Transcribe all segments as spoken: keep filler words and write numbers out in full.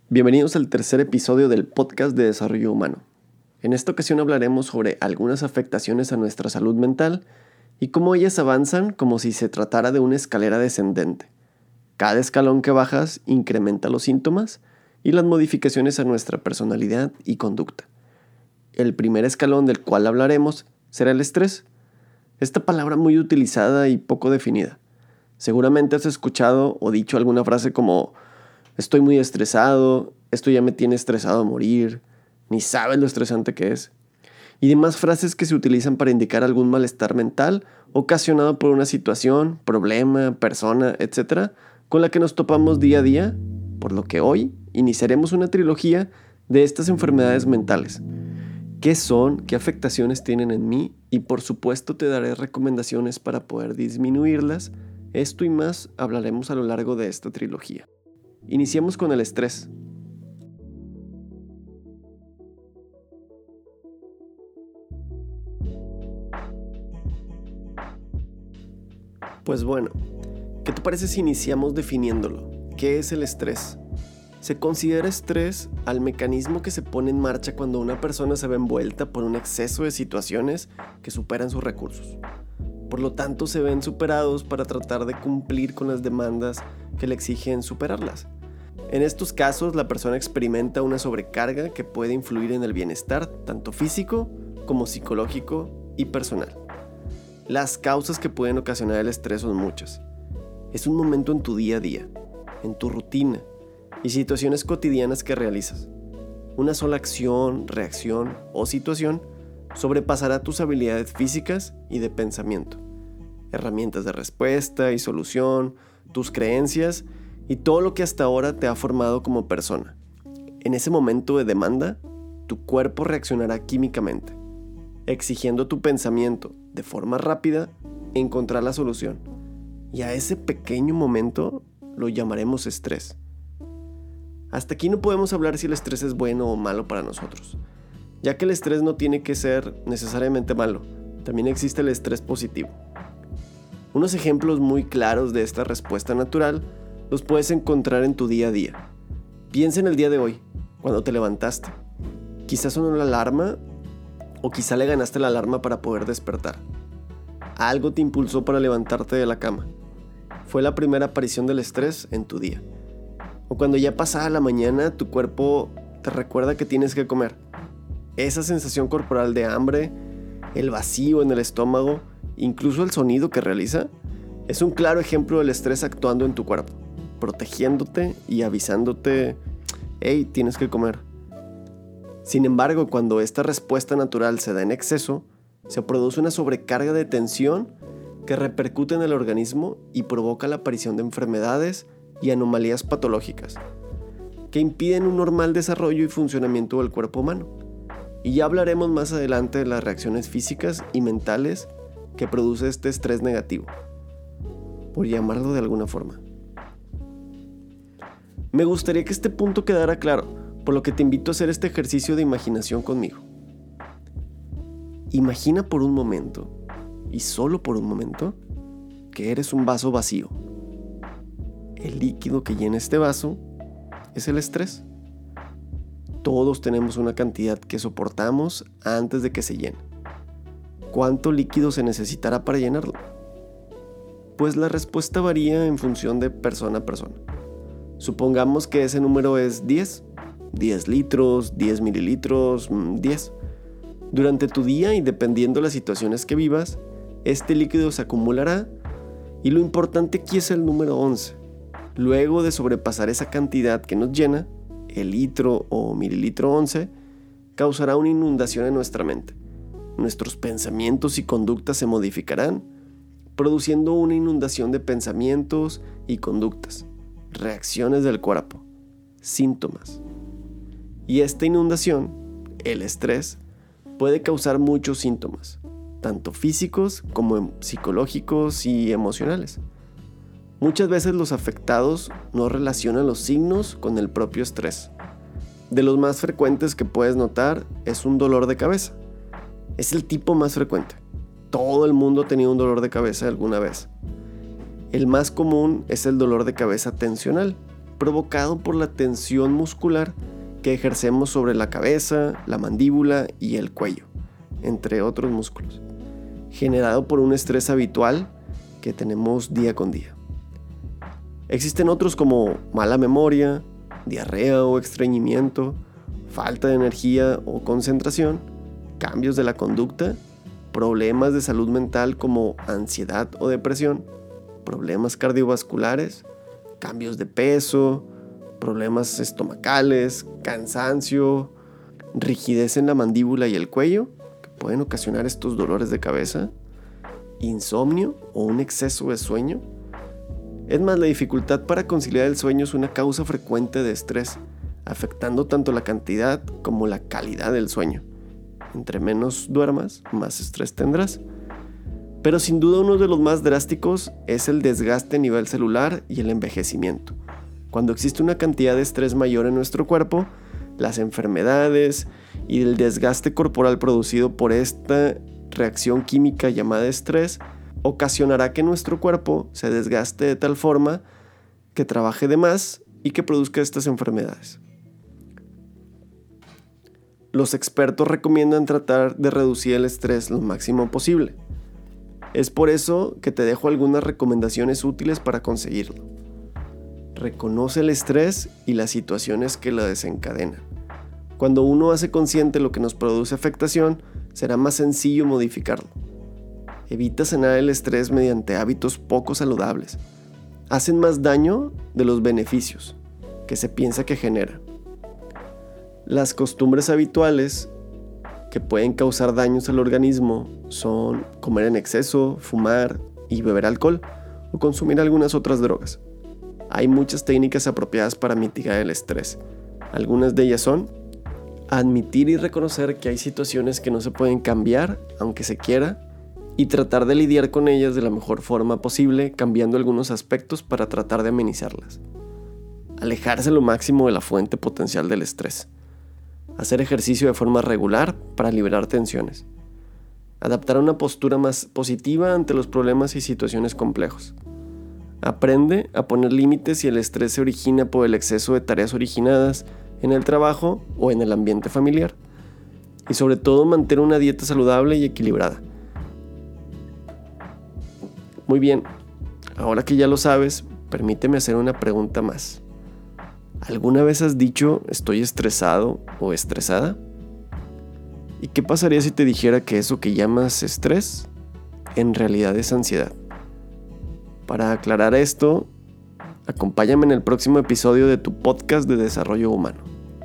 Bienvenidos al tercer episodio del podcast de Desarrollo Humano. En esta ocasión hablaremos sobre algunas afectaciones a nuestra salud mental y cómo ellas avanzan como si se tratara de una escalera descendente. Cada escalón que bajas incrementa los síntomas y las modificaciones a nuestra personalidad y conducta. El primer escalón del cual hablaremos será el estrés. Esta palabra muy utilizada y poco definida. Seguramente has escuchado o dicho alguna frase como estoy muy estresado, esto ya me tiene estresado a morir, ni sabes lo estresante que es. Y demás frases que se utilizan para indicar algún malestar mental ocasionado por una situación, problema, persona, etcétera, con la que nos topamos día a día, por lo que hoy iniciaremos una trilogía de estas enfermedades mentales. ¿Qué son? ¿Qué afectaciones tienen en mí? Y por supuesto te daré recomendaciones para poder disminuirlas. Esto y más hablaremos a lo largo de esta trilogía. Iniciemos con el estrés. Pues bueno, ¿qué te parece si iniciamos definiéndolo? ¿Qué es el estrés? Se considera estrés al mecanismo que se pone en marcha cuando una persona se ve envuelta por un exceso de situaciones que superan sus recursos. Por lo tanto, se ven superados para tratar de cumplir con las demandas que le exigen superarlas. En estos casos, la persona experimenta una sobrecarga que puede influir en el bienestar, tanto físico como psicológico y personal. Las causas que pueden ocasionar el estrés son muchas. Es un momento en tu día a día, en tu rutina y situaciones cotidianas que realizas. Una sola acción, reacción o situación sobrepasará tus habilidades físicas y de pensamiento, herramientas de respuesta y solución, tus creencias y todo lo que hasta ahora te ha formado como persona. En ese momento de demanda, tu cuerpo reaccionará químicamente, exigiendo a tu pensamiento, de forma rápida, encontrar la solución. Y a ese pequeño momento lo llamaremos estrés. Hasta aquí no podemos hablar si el estrés es bueno o malo para nosotros, ya que el estrés no tiene que ser necesariamente malo, también existe el estrés positivo. Unos ejemplos muy claros de esta respuesta natural los puedes encontrar en tu día a día. Piensa en el día de hoy, cuando te levantaste. Quizás sonó la alarma o quizá le ganaste la alarma para poder despertar. Algo te impulsó para levantarte de la cama. Fue la primera aparición del estrés en tu día. O cuando ya pasada la mañana, tu cuerpo te recuerda que tienes que comer. Esa sensación corporal de hambre, el vacío en el estómago, incluso el sonido que realiza, es un claro ejemplo del estrés actuando en tu cuerpo, protegiéndote y avisándote, hey, tienes que comer. Sin embargo, cuando esta respuesta natural se da en exceso, se produce una sobrecarga de tensión que repercute en el organismo y provoca la aparición de enfermedades y anomalías patológicas que impiden un normal desarrollo y funcionamiento del cuerpo humano. Y ya hablaremos más adelante de las reacciones físicas y mentales que produce este estrés negativo, por llamarlo de alguna forma. Me gustaría que este punto quedara claro, por lo que te invito a hacer este ejercicio de imaginación conmigo. Imagina por un momento, y solo por un momento, que eres un vaso vacío. El líquido que llena este vaso es el estrés. Todos tenemos una cantidad que soportamos antes de que se llene. ¿Cuánto líquido se necesitará para llenarlo? Pues la respuesta varía en función de persona a persona. Supongamos que ese número es diez, diez litros, diez mililitros, diez. Durante tu día y dependiendo de las situaciones que vivas, este líquido se acumulará y lo importante aquí es el número once. Luego de sobrepasar esa cantidad que nos llena, el litro o mililitro once, causará una inundación en nuestra mente. Nuestros pensamientos y conductas se modificarán, produciendo una inundación de pensamientos y conductas, reacciones del cuerpo, síntomas. Y esta inundación, el estrés, puede causar muchos síntomas, tanto físicos como psicológicos y emocionales. Muchas veces los afectados no relacionan los signos con el propio estrés. De los más frecuentes que puedes notar es un dolor de cabeza. Es el tipo más frecuente. Todo el mundo ha tenido un dolor de cabeza alguna vez. El más común es el dolor de cabeza tensional, provocado por la tensión muscular que ejercemos sobre la cabeza, la mandíbula y el cuello, entre otros músculos, generado por un estrés habitual que tenemos día con día. Existen otros como mala memoria, diarrea o estreñimiento, falta de energía o concentración, cambios de la conducta, problemas de salud mental como ansiedad o depresión, problemas cardiovasculares, cambios de peso, problemas estomacales, cansancio, rigidez en la mandíbula y el cuello, que pueden ocasionar estos dolores de cabeza, insomnio o un exceso de sueño. Es más, la dificultad para conciliar el sueño es una causa frecuente de estrés, afectando tanto la cantidad como la calidad del sueño. Entre menos duermas, más estrés tendrás. Pero sin duda uno de los más drásticos es el desgaste a nivel celular y el envejecimiento. Cuando existe una cantidad de estrés mayor en nuestro cuerpo, las enfermedades y el desgaste corporal producido por esta reacción química llamada estrés ocasionará que nuestro cuerpo se desgaste de tal forma que trabaje de más y que produzca estas enfermedades. Los expertos recomiendan tratar de reducir el estrés lo máximo posible. Es por eso que te dejo algunas recomendaciones útiles para conseguirlo. Reconoce el estrés y las situaciones que lo desencadenan. Cuando uno hace consciente lo que nos produce afectación, será más sencillo modificarlo. Evita sanar el estrés mediante hábitos poco saludables. Hacen más daño de los beneficios que se piensa que genera. Las costumbres habituales que pueden causar daños al organismo son comer en exceso, fumar y beber alcohol o consumir algunas otras drogas. Hay muchas técnicas apropiadas para mitigar el estrés. Algunas de ellas son admitir y reconocer que hay situaciones que no se pueden cambiar, aunque se quiera, y tratar de lidiar con ellas de la mejor forma posible, cambiando algunos aspectos para tratar de amenizarlas. Alejarse lo máximo de la fuente potencial del estrés. Hacer ejercicio de forma regular para liberar tensiones. Adaptar una postura más positiva ante los problemas y situaciones complejos. Aprende a poner límites si el estrés se origina por el exceso de tareas originadas en el trabajo o en el ambiente familiar. Y sobre todo mantener una dieta saludable y equilibrada. Muy bien, ahora que ya lo sabes, permíteme hacer una pregunta más. ¿Alguna vez has dicho estoy estresado o estresada? ¿Y qué pasaría si te dijera que eso que llamas estrés en realidad es ansiedad? Para aclarar esto, acompáñame en el próximo episodio de tu podcast de desarrollo humano.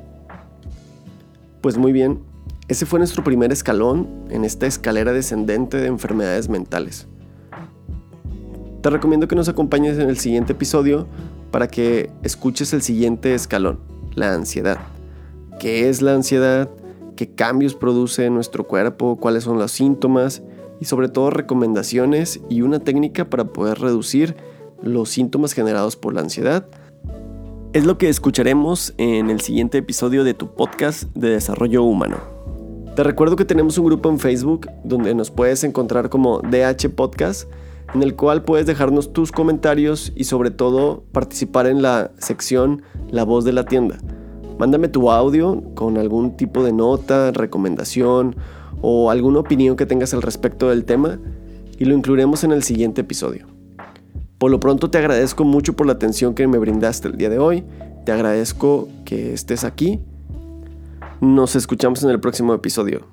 Pues muy bien, ese fue nuestro primer escalón en esta escalera descendente de enfermedades mentales. Te recomiendo que nos acompañes en el siguiente episodio para que escuches el siguiente escalón, la ansiedad. ¿Qué es la ansiedad? ¿Qué cambios produce en nuestro cuerpo? ¿Cuáles son los síntomas? Y sobre todo recomendaciones y una técnica para poder reducir los síntomas generados por la ansiedad. Es lo que escucharemos en el siguiente episodio de tu podcast de desarrollo humano. Te recuerdo que tenemos un grupo en Facebook donde nos puedes encontrar como D H Podcast, en el cual puedes dejarnos tus comentarios y sobre todo participar en la sección La Voz de la Tienda. Mándame tu audio con algún tipo de nota, recomendación o alguna opinión que tengas al respecto del tema y lo incluiremos en el siguiente episodio. Por lo pronto te agradezco mucho por la atención que me brindaste el día de hoy. Te agradezco que estés aquí. Nos escuchamos en el próximo episodio.